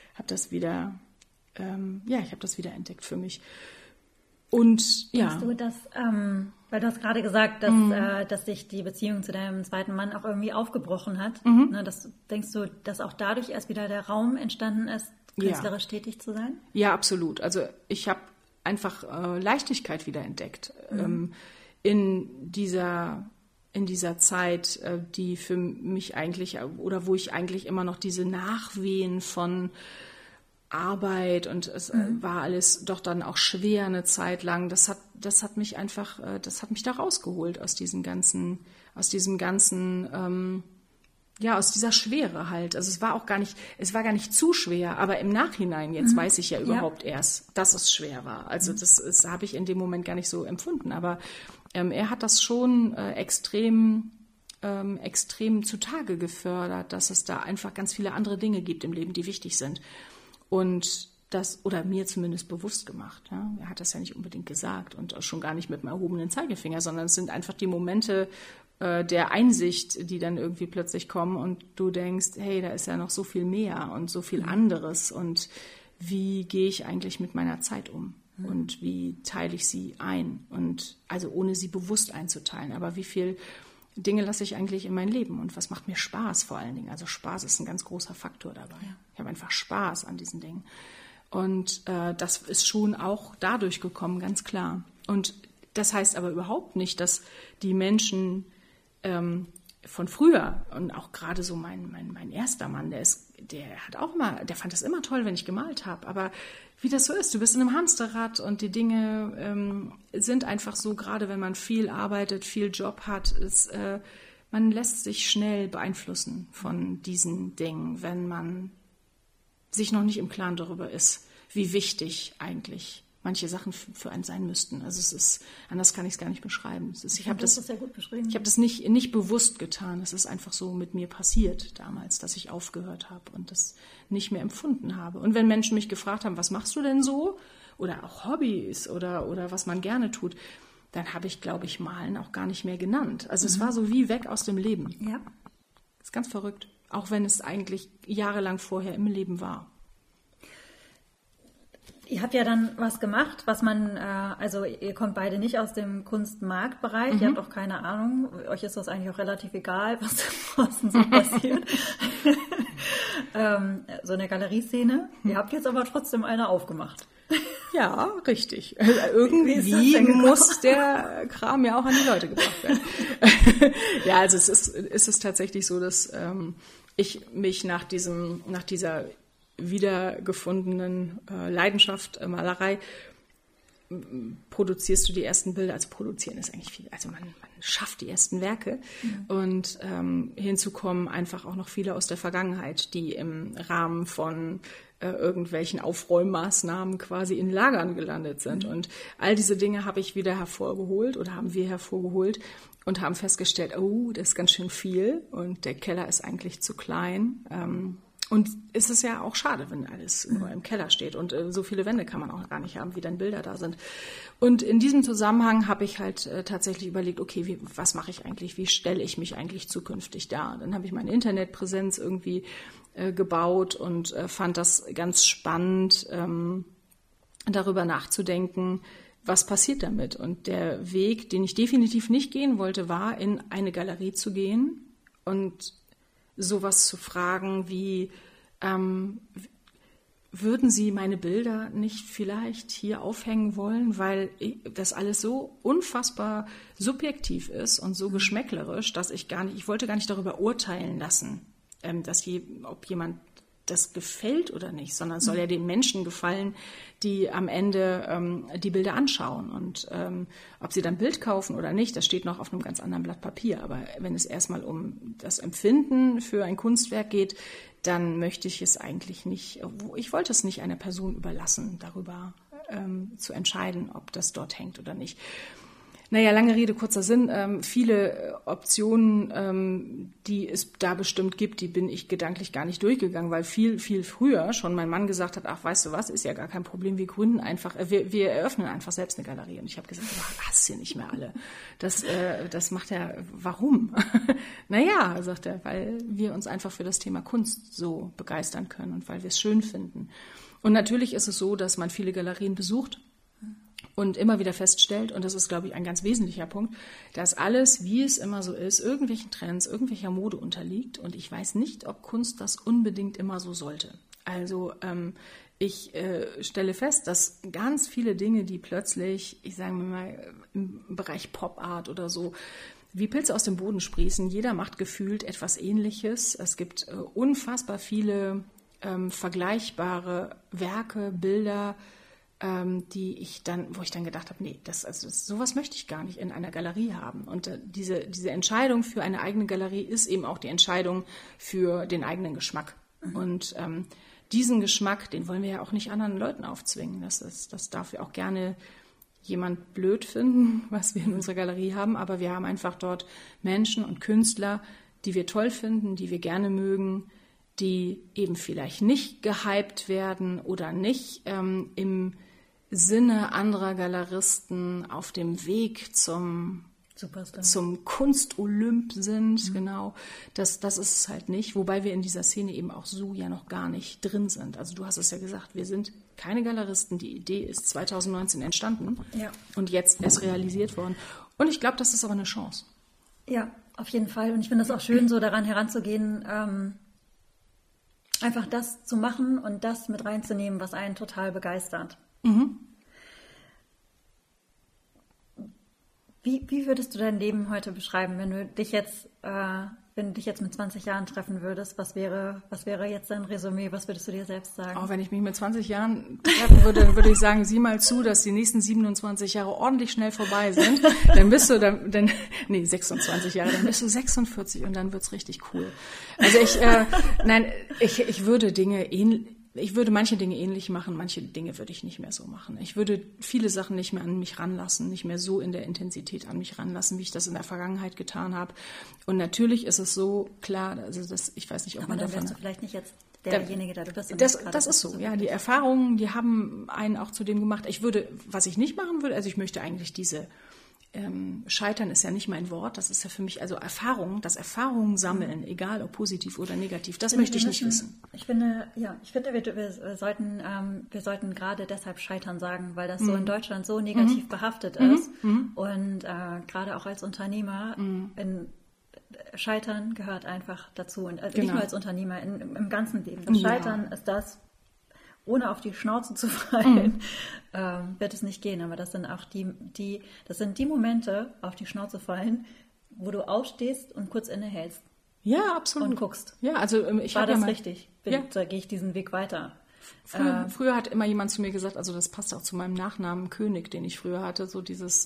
entdeckt für mich. Und ja. Denkst du, dass, weil du hast gerade gesagt, dass sich die Beziehung zu deinem zweiten Mann auch irgendwie aufgebrochen hat. Ne, denkst du, dass auch dadurch erst wieder der Raum entstanden ist, künstlerisch tätig zu sein? Ja, absolut. Also ich habe einfach Leichtigkeit wiederentdeckt in dieser Zeit, die für mich eigentlich, oder wo ich eigentlich immer noch diese Nachwehen von Arbeit und es war alles doch dann auch schwer eine Zeit lang. Das hat mich da rausgeholt aus dieser Schwere halt. Also es war gar nicht zu schwer, aber im Nachhinein jetzt weiß ich ja überhaupt erst, dass es schwer war. Also das habe ich in dem Moment gar nicht so empfunden, aber er hat das schon extrem zutage gefördert, dass es da einfach ganz viele andere Dinge gibt im Leben, die wichtig sind. Und das, oder mir zumindest bewusst gemacht. Ja? Er hat das ja nicht unbedingt gesagt und schon gar nicht mit dem erhobenen Zeigefinger, sondern es sind einfach die Momente der Einsicht, die dann irgendwie plötzlich kommen und du denkst, hey, da ist ja noch so viel mehr und so viel anderes und wie gehe ich eigentlich mit meiner Zeit um und wie teile ich sie ein, und also ohne sie bewusst einzuteilen, aber wie viel Dinge lasse ich eigentlich in mein Leben und was macht mir Spaß vor allen Dingen. Also Spaß ist ein ganz großer Faktor dabei. Ja. Ich habe einfach Spaß an diesen Dingen. Und das ist schon auch dadurch gekommen, ganz klar. Und das heißt aber überhaupt nicht, dass die Menschen von früher, und auch gerade so mein erster Mann, der fand das immer toll, wenn ich gemalt habe. Aber wie das so ist, du bist in einem Hamsterrad und die Dinge sind einfach so, gerade wenn man viel arbeitet, viel Job hat, man lässt sich schnell beeinflussen von diesen Dingen, wenn man sich noch nicht im Klaren darüber ist, wie wichtig eigentlich manche Sachen für einen sein müssten. Also es ist, anders kann ich es gar nicht beschreiben. Ich habe das sehr gut beschrieben. Ich habe das nicht bewusst getan. Es ist einfach so mit mir passiert damals, dass ich aufgehört habe und das nicht mehr empfunden habe. Und wenn Menschen mich gefragt haben, was machst du denn so? Oder auch Hobbys oder was man gerne tut, dann habe ich, glaube ich, Malen auch gar nicht mehr genannt. Also es war so wie weg aus dem Leben. Ja. Das ist ganz verrückt. Auch wenn es eigentlich jahrelang vorher im Leben war. Ihr habt ja dann was gemacht, was man, also ihr kommt beide nicht aus dem Kunstmarktbereich, ihr habt auch keine Ahnung, euch ist das eigentlich auch relativ egal, was draußen so passiert. So eine Galerieszene. Ihr habt jetzt aber trotzdem eine aufgemacht. Ja, richtig. Also irgendwie muss der Kram ja auch an die Leute gebracht werden. Ja, also es ist tatsächlich so, dass ich mich nach dieser wiedergefundenen Leidenschaft Malerei produzierst du die ersten Bilder. Also produzieren ist eigentlich viel. Also man schafft die ersten Werke und hinzukommen einfach auch noch viele aus der Vergangenheit, die im Rahmen von irgendwelchen Aufräummaßnahmen quasi in Lagern gelandet sind. Und all diese Dinge habe ich wieder hervorgeholt oder haben wir hervorgeholt und haben festgestellt, oh, das ist ganz schön viel und der Keller ist eigentlich zu klein. Und es ist ja auch schade, wenn alles nur im Keller steht und so viele Wände kann man auch gar nicht haben, wie dann Bilder da sind. Und in diesem Zusammenhang habe ich halt tatsächlich überlegt, okay, was mache ich eigentlich, wie stelle ich mich eigentlich zukünftig dar? Dann habe ich meine Internetpräsenz irgendwie gebaut und fand das ganz spannend, darüber nachzudenken, was passiert damit. Und der Weg, den ich definitiv nicht gehen wollte, war, in eine Galerie zu gehen und sowas zu fragen wie, würden Sie meine Bilder nicht vielleicht hier aufhängen wollen, weil das alles so unfassbar subjektiv ist und so geschmäcklerisch, dass ich wollte gar nicht darüber urteilen lassen, ob jemand das gefällt oder nicht, sondern es soll ja den Menschen gefallen, die am Ende die Bilder anschauen. Und ob sie dann Bild kaufen oder nicht, das steht noch auf einem ganz anderen Blatt Papier. Aber wenn es erstmal um das Empfinden für ein Kunstwerk geht, dann möchte ich es eigentlich nicht, ich wollte es nicht einer Person überlassen, darüber zu entscheiden, ob das dort hängt oder nicht. Naja, lange Rede, kurzer Sinn. Viele Optionen, die es da bestimmt gibt, die bin ich gedanklich gar nicht durchgegangen, weil viel, viel früher schon mein Mann gesagt hat, ach, weißt du was, ist ja gar kein Problem, wir gründen einfach, wir eröffnen einfach selbst eine Galerie. Und ich habe gesagt, du hast hier nicht mehr alle. Das macht er, warum? Naja, sagt er, weil wir uns einfach für das Thema Kunst so begeistern können und weil wir es schön finden. Und natürlich ist es so, dass man viele Galerien besucht und immer wieder feststellt, und das ist, glaube ich, ein ganz wesentlicher Punkt, dass alles, wie es immer so ist, irgendwelchen Trends, irgendwelcher Mode unterliegt. Und ich weiß nicht, ob Kunst das unbedingt immer so sollte. Also ich stelle fest, dass ganz viele Dinge, die plötzlich, ich sage mal, im Bereich Pop-Art oder so, wie Pilze aus dem Boden sprießen, jeder macht gefühlt etwas Ähnliches. Es gibt unfassbar viele vergleichbare Werke, Bilder, wo ich dann gedacht habe, nee, sowas möchte ich gar nicht in einer Galerie haben. Und diese Entscheidung für eine eigene Galerie ist eben auch die Entscheidung für den eigenen Geschmack. Und diesen Geschmack, den wollen wir ja auch nicht anderen Leuten aufzwingen. Das darf ja auch gerne jemand blöd finden, was wir in unserer Galerie haben. Aber wir haben einfach dort Menschen und Künstler, die wir toll finden, die wir gerne mögen, die eben vielleicht nicht gehypt werden oder nicht im Sinne anderer Galeristen auf dem Weg zum Superstar. Zum Kunstolymp sind, genau. Das ist es halt nicht, wobei wir in dieser Szene eben auch so ja noch gar nicht drin sind. Also du hast es ja gesagt, wir sind keine Galeristen. Die Idee ist 2019 entstanden und jetzt erst realisiert worden. Und ich glaube, das ist aber eine Chance. Ja, auf jeden Fall. Und ich finde es auch schön, so daran heranzugehen, einfach das zu machen und das mit reinzunehmen, was einen total begeistert. Wie würdest du dein Leben heute beschreiben, wenn du dich jetzt mit 20 Jahren treffen würdest? Was wäre jetzt dein Resümee? Was würdest du dir selbst sagen? Auch wenn ich mich mit 20 Jahren treffen würde, dann würde ich sagen, sieh mal zu, dass die nächsten 27 Jahre ordentlich schnell vorbei sind. Dann bist du 26 Jahre, dann bist du 46 und dann wird's richtig cool. Also ich würde manche Dinge ähnlich machen, manche Dinge würde ich nicht mehr so machen. Ich würde viele Sachen nicht mehr an mich ranlassen, nicht mehr so in der Intensität an mich ranlassen, wie ich das in der Vergangenheit getan habe. Und natürlich ist es so, klar, also ich weiß nicht, ob aber man dann davon... wärst du vielleicht nicht jetzt derjenige, der du bist. Das ist so, ja. Die Erfahrungen, die haben einen auch zu dem gemacht. Was ich nicht machen würde, also ich möchte eigentlich diese... Scheitern ist ja nicht mein Wort, das ist ja für mich, also das Erfahrungen sammeln, egal ob positiv oder negativ, das möchte ich nicht wissen. Ich finde, wir sollten gerade deshalb Scheitern sagen, weil das so in Deutschland so negativ behaftet ist und gerade auch als Unternehmer Scheitern gehört einfach dazu und also nicht nur als Unternehmer, im ganzen Leben. Das Scheitern ist das, ohne auf die Schnauze zu fallen, wird es nicht gehen. Aber das sind auch die Momente, auf die Schnauze fallen, wo du aufstehst und kurz innehältst. Ja, absolut. Und guckst. Ja, also war das richtig? Da gehe ich diesen Weg weiter. Früher hat immer jemand zu mir gesagt, also das passt auch zu meinem Nachnamen König, den ich früher hatte, so dieses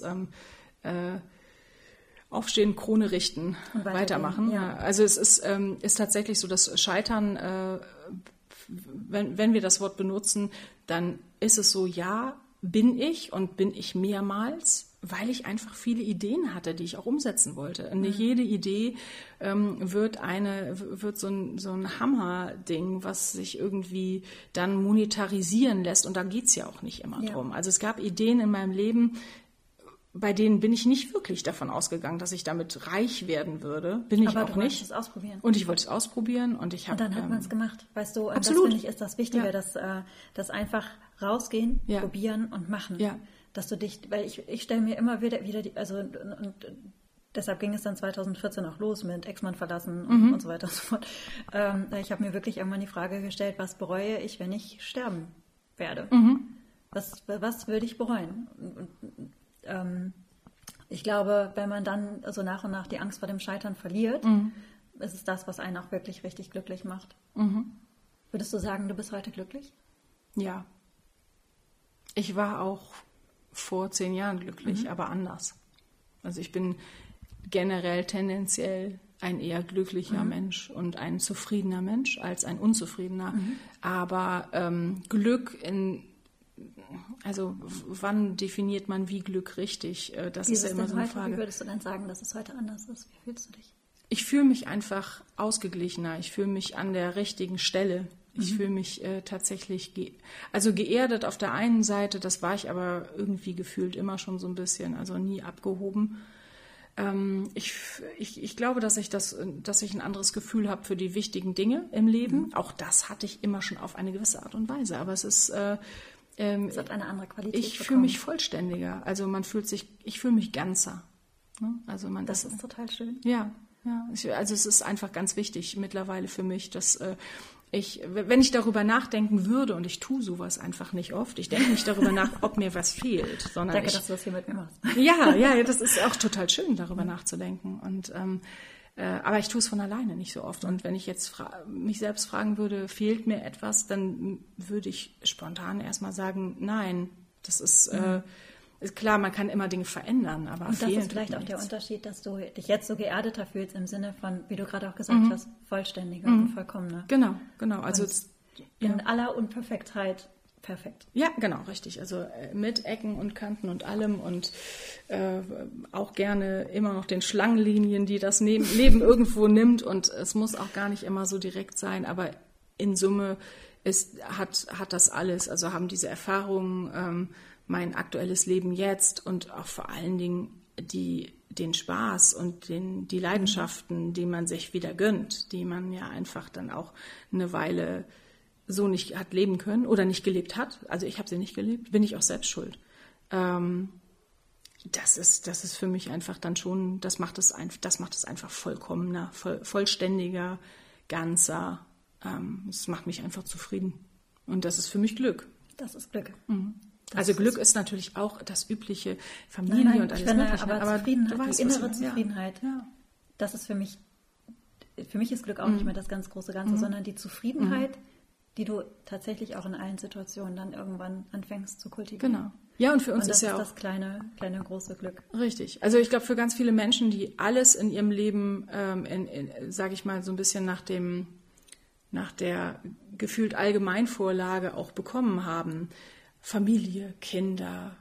Aufstehen, Krone richten, weitermachen. Ja. Also es ist tatsächlich so, dass Scheitern... Wenn wir das Wort benutzen, dann ist es so, ja, bin ich mehrmals, weil ich einfach viele Ideen hatte, die ich auch umsetzen wollte. Und nicht jede Idee wird so ein Hammer-Ding, was sich irgendwie dann monetarisieren lässt. Und da geht's ja auch nicht immer drum. Also es gab Ideen in meinem Leben, bei denen bin ich nicht wirklich davon ausgegangen, dass ich damit reich werden würde. Bin ich auch nicht. Aber du wolltest es ausprobieren. Und ich wollte es ausprobieren und ich habe... Und dann hat man es gemacht. Weißt du, absolut. Das finde ich ist das Wichtige, dass einfach rausgehen, probieren und machen. Ja. Dass du dich, weil ich stelle mir immer wieder und deshalb ging es dann 2014 auch los mit Ex-Mann verlassen und so weiter und so fort. Ich habe mir wirklich irgendwann die Frage gestellt, was bereue ich, wenn ich sterben werde? Was würde ich bereuen? Ich glaube, wenn man dann so nach und nach die Angst vor dem Scheitern verliert, ist es das, was einen auch wirklich richtig glücklich macht. Würdest du sagen, du bist heute glücklich? Ja. Ich war auch vor 10 Jahren glücklich, aber anders. Also ich bin generell tendenziell ein eher glücklicher Mensch und ein zufriedener Mensch als ein unzufriedener. Aber Glück also wann definiert man wie Glück richtig? Das ist ja immer so eine Frage. Wie würdest du denn sagen, dass es heute anders ist? Wie fühlst du dich? Ich fühle mich einfach ausgeglichener. Ich fühle mich an der richtigen Stelle. Ich fühle mich tatsächlich geerdet auf der einen Seite. Das war ich aber irgendwie gefühlt immer schon so ein bisschen, also nie abgehoben. Ich glaube, dass ich ein anderes Gefühl habe für die wichtigen Dinge im Leben. Auch das hatte ich immer schon auf eine gewisse Art und Weise. Aber es ist es hat eine andere Qualität. Ich fühle mich vollständiger. Also ich fühle mich ganzer. Ne? Also das ist total schön. Ja. Also es ist einfach ganz wichtig mittlerweile für mich, dass wenn ich darüber nachdenken würde, und ich tue sowas einfach nicht oft, ich denke nicht darüber nach, ob mir was fehlt, sondern danke, dass du das hier mit mir machst. Ja, das ist auch total schön, darüber nachzudenken. Und aber ich tue es von alleine nicht so oft. Und wenn ich jetzt mich selbst fragen würde, fehlt mir etwas, dann würde ich spontan erstmal sagen, nein. Das ist klar, man kann immer Dinge verändern, aber und das ist vielleicht auch der Unterschied, dass du dich jetzt so geerdeter fühlst im Sinne von, wie du gerade auch gesagt hast, vollständiger und vollkommener. Genau. Also in aller Unperfektheit perfekt. Ja, genau, richtig. Also mit Ecken und Kanten und allem und auch gerne immer noch den Schlangenlinien, die das Leben irgendwo nimmt. Und es muss auch gar nicht immer so direkt sein, aber in Summe hat das alles. Also haben diese Erfahrungen, mein aktuelles Leben jetzt und auch vor allen Dingen die den Spaß und die Leidenschaften, die man sich wieder gönnt, die man ja einfach dann auch eine Weile so nicht hat leben können oder nicht gelebt hat. Also ich habe sie nicht gelebt, bin ich auch selbst schuld. Das ist für mich einfach dann schon, das macht es einfach vollkommener, vollständiger, ganzer. Es macht mich einfach zufrieden. Und das ist für mich Glück. Das ist Glück. Mhm. Also Glück ist natürlich auch das übliche Familie und alles Mögliche. Aber Zufriedenheit, die innere Zufriedenheit, das ist für mich ist Glück auch nicht mehr das ganz große Ganze, sondern die Zufriedenheit, die du tatsächlich auch in allen Situationen dann irgendwann anfängst zu kultivieren. Genau. Ja, und für uns ist ja auch das kleine große Glück. Richtig. Also ich glaube, für ganz viele Menschen, die alles in ihrem Leben, sage ich mal, so ein bisschen nach der gefühlt Allgemeinvorlage auch bekommen haben, Familie, Kinder,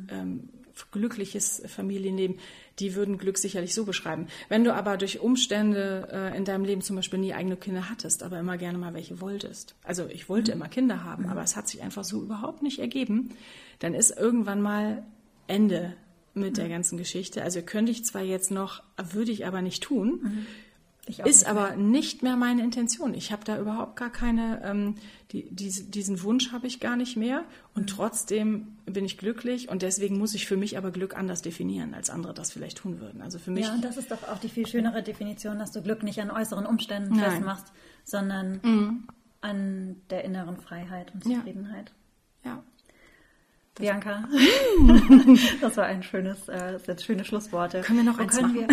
glückliches Familienleben, die würden Glück sicherlich so beschreiben. Wenn du aber durch Umstände in deinem Leben zum Beispiel nie eigene Kinder hattest, aber immer gerne mal welche wolltest, also ich wollte immer Kinder haben, aber es hat sich einfach so überhaupt nicht ergeben, dann ist irgendwann mal Ende mit der ganzen Geschichte. Also könnte ich zwar jetzt noch, würde ich aber nicht tun, ist aber nicht mehr meine Intention. Ich habe da überhaupt gar keine, diesen Wunsch habe ich gar nicht mehr und trotzdem bin ich glücklich und deswegen muss ich für mich aber Glück anders definieren, als andere das vielleicht tun würden. Also für mich. Ja, und das ist doch auch die viel schönere Definition, dass du Glück nicht an äußeren Umständen festmachst, sondern an der inneren Freiheit und Zufriedenheit. Ja. Bianca, das war schöne Schlussworte. Können wir noch eins machen?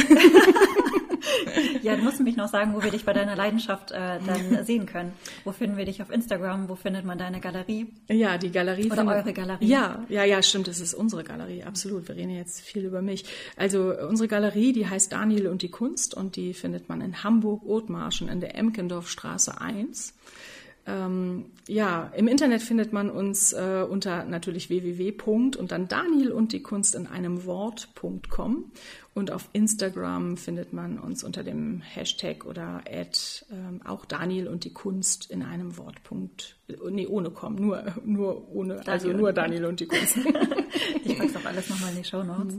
Ja, du musst mich noch sagen, wo wir dich bei deiner Leidenschaft dann sehen können. Wo finden wir dich auf Instagram? Wo findet man deine Galerie? Ja, die Galerie. Oder eure Galerie? Ja, stimmt, das ist unsere Galerie, absolut. Wir reden jetzt viel über mich. Also unsere Galerie, die heißt Daniel und die Kunst und die findet man in Hamburg-Othmarschen in der Emkendorfstraße 1. Im Internet findet man uns unter natürlich www. und dann Daniel und die Kunst in einem Wort.com und auf Instagram findet man uns unter dem Hashtag oder auch Daniel und die Kunst in einem Wort. Ohne com, nur ohne, Daniel also nur Daniel und die Kunst. Ich pack's auch alles nochmal in die Shownotes.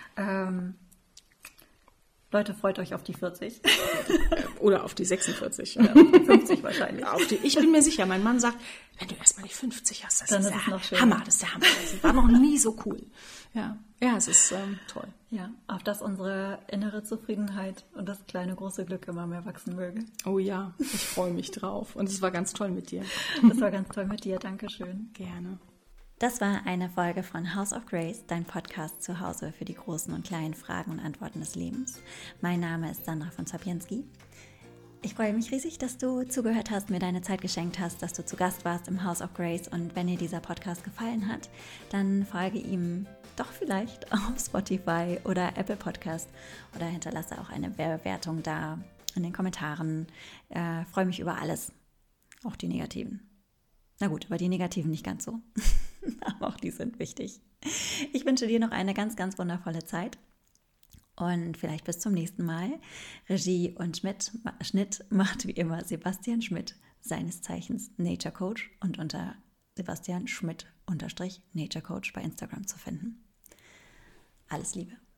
Leute, freut euch auf die 40. Oder auf die 46. Oder auf die 50 wahrscheinlich. Ich bin mir sicher, mein Mann sagt, wenn du erstmal die 50 hast, das dann ist der Hammer, das ist der Hammer. Das war noch nie so cool. Ja, es ist toll. Ja, auf dass unsere innere Zufriedenheit und das kleine, große Glück immer mehr wachsen möge. Oh ja, ich freue mich drauf. Und es war ganz toll mit dir. Das war ganz toll mit dir, Dankeschön. Gerne. Das war eine Folge von House of Grace, dein Podcast zu Hause für die großen und kleinen Fragen und Antworten des Lebens. Mein Name ist Sandra von Zabienski. Ich freue mich riesig, dass du zugehört hast, mir deine Zeit geschenkt hast, dass du zu Gast warst im House of Grace. Und wenn dir dieser Podcast gefallen hat, dann folge ihm doch vielleicht auf Spotify oder Apple Podcast oder hinterlasse auch eine Bewertung da in den Kommentaren. Freue mich über alles, auch die negativen. Na gut, aber die negativen nicht ganz so. Aber auch die sind wichtig. Ich wünsche dir noch eine ganz, ganz wundervolle Zeit. Und vielleicht bis zum nächsten Mal. Regie und Schnitt macht wie immer Sebastian Schmidt, seines Zeichens Nature Coach und unter Sebastian Schmidt _Nature Coach bei Instagram zu finden. Alles Liebe.